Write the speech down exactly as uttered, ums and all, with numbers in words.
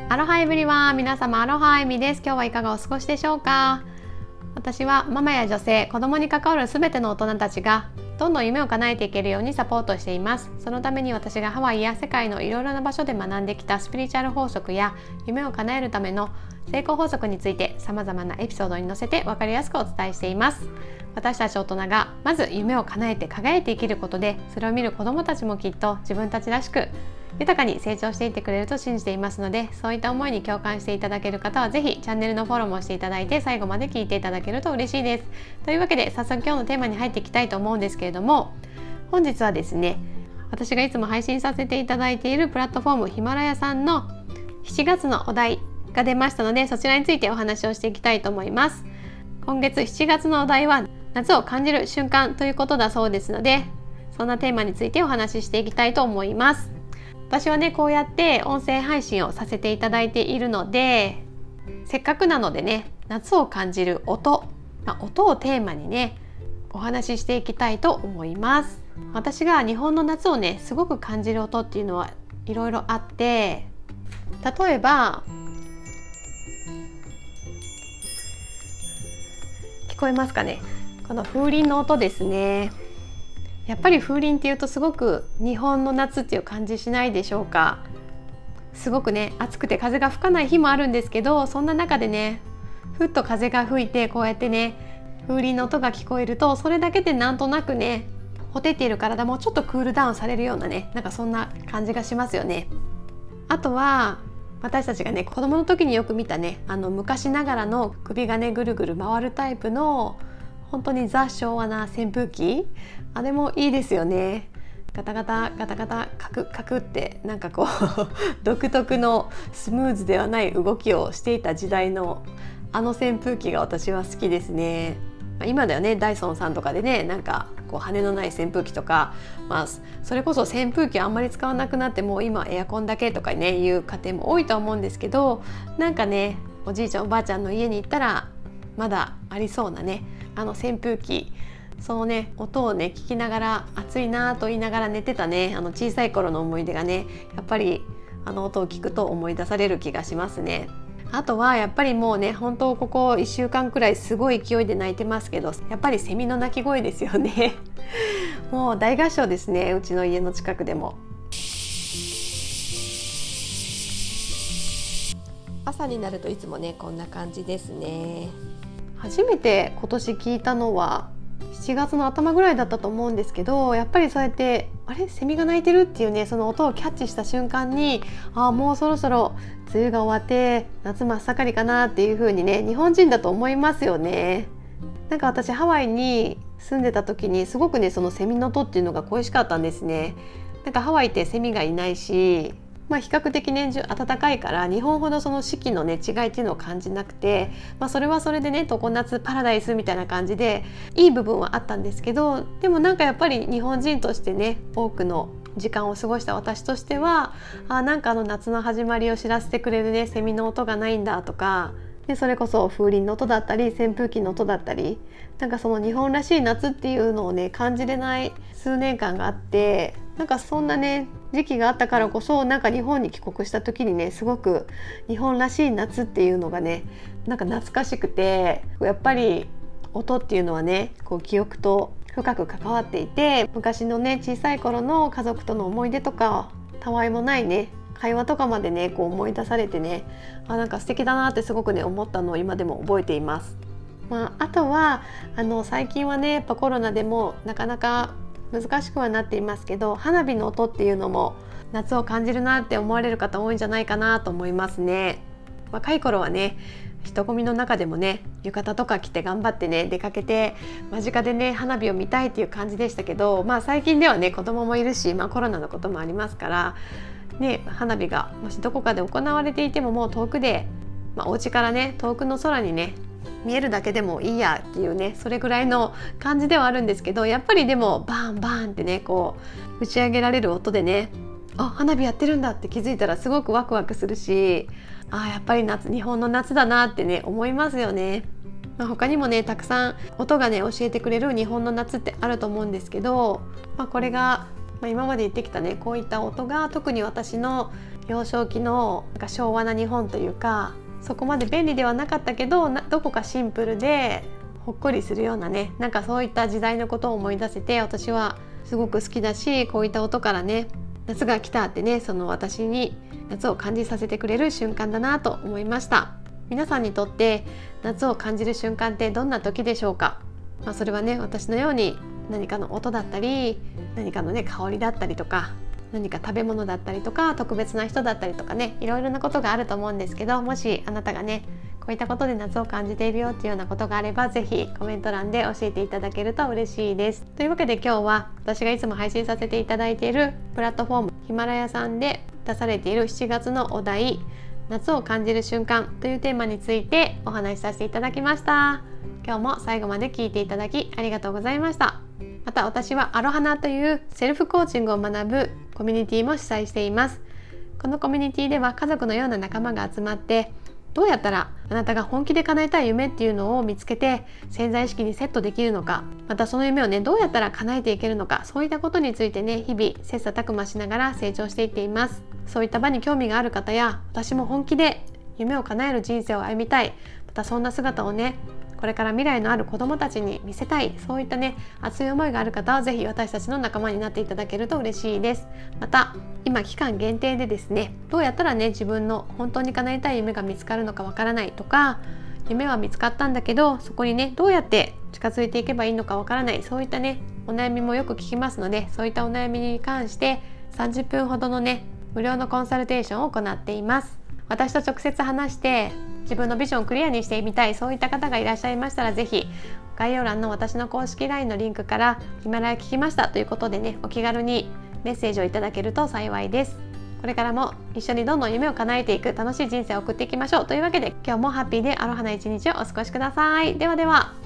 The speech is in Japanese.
アロハエブリワン、皆様アロハエミです。今日はいかがお過ごしでしょうか。私はママや女性、子供に関わるすべての大人たちがどんどん夢を叶えていけるようにサポートしています。そのために私がハワイや世界のいろいろな場所で学んできたスピリチュアル法則や夢を叶えるための成功法則についてさまざまなエピソードに載せて分かりやすくお伝えしています。私たち大人がまず夢を叶えて輝いて生きることで、それを見る子どもたちもきっと自分たちらしく豊かに成長していってくれると信じていますので、そういった思いに共感していただける方はぜひチャンネルのフォローもしていただいて最後まで聞いていただけると嬉しいです。というわけで早速今日のテーマに入っていきたいと思うんですけれども、本日はですね、私がいつも配信させていただいているプラットフォームヒマラヤさんのしちがつのお題が出ましたので、そちらについてお話をしていきたいと思います。今月しちがつのお題は夏を感じる瞬間ということだそうですので、そんなテーマについてお話ししていきたいと思います。私はね、こうやって音声配信をさせていただいているので、せっかくなのでね、夏を感じる音、まあ、音をテーマにねお話ししていきたいと思います。私が日本の夏をねすごく感じる音っていうのはいろいろあって、例えば聞こえますかね、この風鈴の音ですね。やっぱり風鈴っていうとすごく日本の夏っていう感じしないでしょうか。すごくね暑くて風が吹かない日もあるんですけど、そんな中でねふっと風が吹いてこうやってね風鈴の音が聞こえると、それだけでなんとなくねほてっている体もちょっとクールダウンされるようなね、なんかそんな感じがしますよね。あとは私たちがね子供の時によく見たね、あの昔ながらの首がねぐるぐる回るタイプの本当にザ昭和な扇風機、あれもいいですよね。ガタガタガタガタカクカクってなんかこう独特のスムーズではない動きをしていた時代のあの扇風機が私は好きですね。今だよね、ダイソンさんとかでね、なんかこう羽のない扇風機とか、まあ、それこそ扇風機あんまり使わなくなってもう今エアコンだけとかねいう家庭も多いとは思うんですけど、なんかねおじいちゃんおばあちゃんの家に行ったらまだありそうなねあの扇風機、そのね音をね聞きながら暑いなと言いながら寝てたね、あの小さい頃の思い出がねやっぱりあの音を聞くと思い出される気がしますね。あとはやっぱりもうね本当ここいっしゅうかんくらいすごい勢いで鳴いてますけど、やっぱりセミの鳴き声ですよねもう大合唱ですね、うちの家の近くでも。朝になるといつもねこんな感じですね。初めて今年聞いたのはしちがつの頭ぐらいだったと思うんですけど、やっぱりそうやってあれセミが鳴いてるっていうねその音をキャッチした瞬間に、ああもうそろそろ梅雨が終わって夏真っ盛りかなっていう風にね日本人だと思いますよね。なんか私ハワイに住んでた時にすごくねそのセミの音っていうのが恋しかったんですね。なんかハワイってセミがいないし、まあ、比較的年中暖かいから日本ほどその四季のね違いっていうのを感じなくて、まあ、それはそれでね常夏パラダイスみたいな感じでいい部分はあったんですけど、でもなんかやっぱり日本人としてね多くの時間を過ごした私としては、あなんかあの夏の始まりを知らせてくれるねセミの音がないんだとかで、それこそ風鈴の音だったり扇風機の音だったり、なんかその日本らしい夏っていうのをね感じれない数年間があって、なんかそんなね時期があったからこそ、なんか日本に帰国した時にねすごく日本らしい夏っていうのがねなんか懐かしくて、やっぱり音っていうのはねこう記憶と深く関わっていて、昔のね小さい頃の家族との思い出とかたわいもないね会話とかまでねこう思い出されてね、あなんか素敵だなってすごくね思ったのを今でも覚えています。まあ、あとはあの最近はねやっぱコロナでもなかなか難しくはなっていますけど、花火の音っていうのも夏を感じるなって思われる方多いんじゃないかなと思いますね。若い頃はね人混みの中でもね浴衣とか着て頑張ってね出かけて間近でね花火を見たいっていう感じでしたけど、まあ最近ではね子供もいるし、まあ、コロナのこともありますからね、花火がもしどこかで行われていてももう遠くで、まあ、お家からね遠くの空にね見えるだけでもいいやっていうねそれぐらいの感じではあるんですけど、やっぱりでもバーンバーンってねこう打ち上げられる音でね、あ花火やってるんだって気づいたらすごくワクワクするし、あやっぱり夏日本の夏だなってね思いますよね。まあ、他にもねたくさん音がね教えてくれる日本の夏ってあると思うんですけど、まあ、これが、まあ、今まで言ってきたねこういった音が特に私の幼少期のなんか昭和な日本というか、そこまで便利ではなかったけどなどこかシンプルでほっこりするようなね、なんかそういった時代のことを思い出せて、私はすごく好きだし、こういった音からね夏が来たってね、その私に夏を感じさせてくれる瞬間だなと思いました。皆さんにとって夏を感じる瞬間ってどんな時でしょうか。まあ、それはね、私のように何かの音だったり、何かのね香りだったりとか、何か食べ物だったりとか、特別な人だったりとかね、いろいろなことがあると思うんですけど、もしあなたがねこういったことで夏を感じているよっていうようなことがあれば、ぜひコメント欄で教えていただけると嬉しいです。というわけで今日は私がいつも配信させていただいているプラットフォームヒマラヤさんで出されているしちがつのお題、夏を感じる瞬間というテーマについてお話しさせていただきました。今日も最後まで聞いていただきありがとうございました。また私はアロハナというセルフコーチングを学ぶコミュニティも主催しています。このコミュニティでは家族のような仲間が集まって、どうやったらあなたが本気で叶えたい夢っていうのを見つけて潜在意識にセットできるのか、またその夢をねどうやったら叶えていけるのか、そういったことについてね日々切磋琢磨しながら成長していっています。そういった場に興味がある方や、私も本気で夢を叶える人生を歩みたい、またそんな姿をねこれから未来のある子どもたちに見せたい、そういったね熱い思いがある方はぜひ私たちの仲間になっていただけると嬉しいです。また今期間限定でですね、どうやったらね自分の本当に叶えたい夢が見つかるのかわからないとか、夢は見つかったんだけどそこにねどうやって近づいていけばいいのかわからない、そういったねお悩みもよく聞きますので、そういったお悩みに関してさんじゅっぷんほどのね無料のコンサルテーションを行っています。私と直接話して自分のビジョンをクリアにしてみたい、そういった方がいらっしゃいましたら、ぜひ概要欄の私の公式 ライン のリンクからヒマラヤ聞きましたということでね、お気軽にメッセージをいただけると幸いです。これからも一緒にどんどん夢を叶えていく楽しい人生を送っていきましょう。というわけで今日もハッピーでアロハな一日をお過ごしください。ではでは。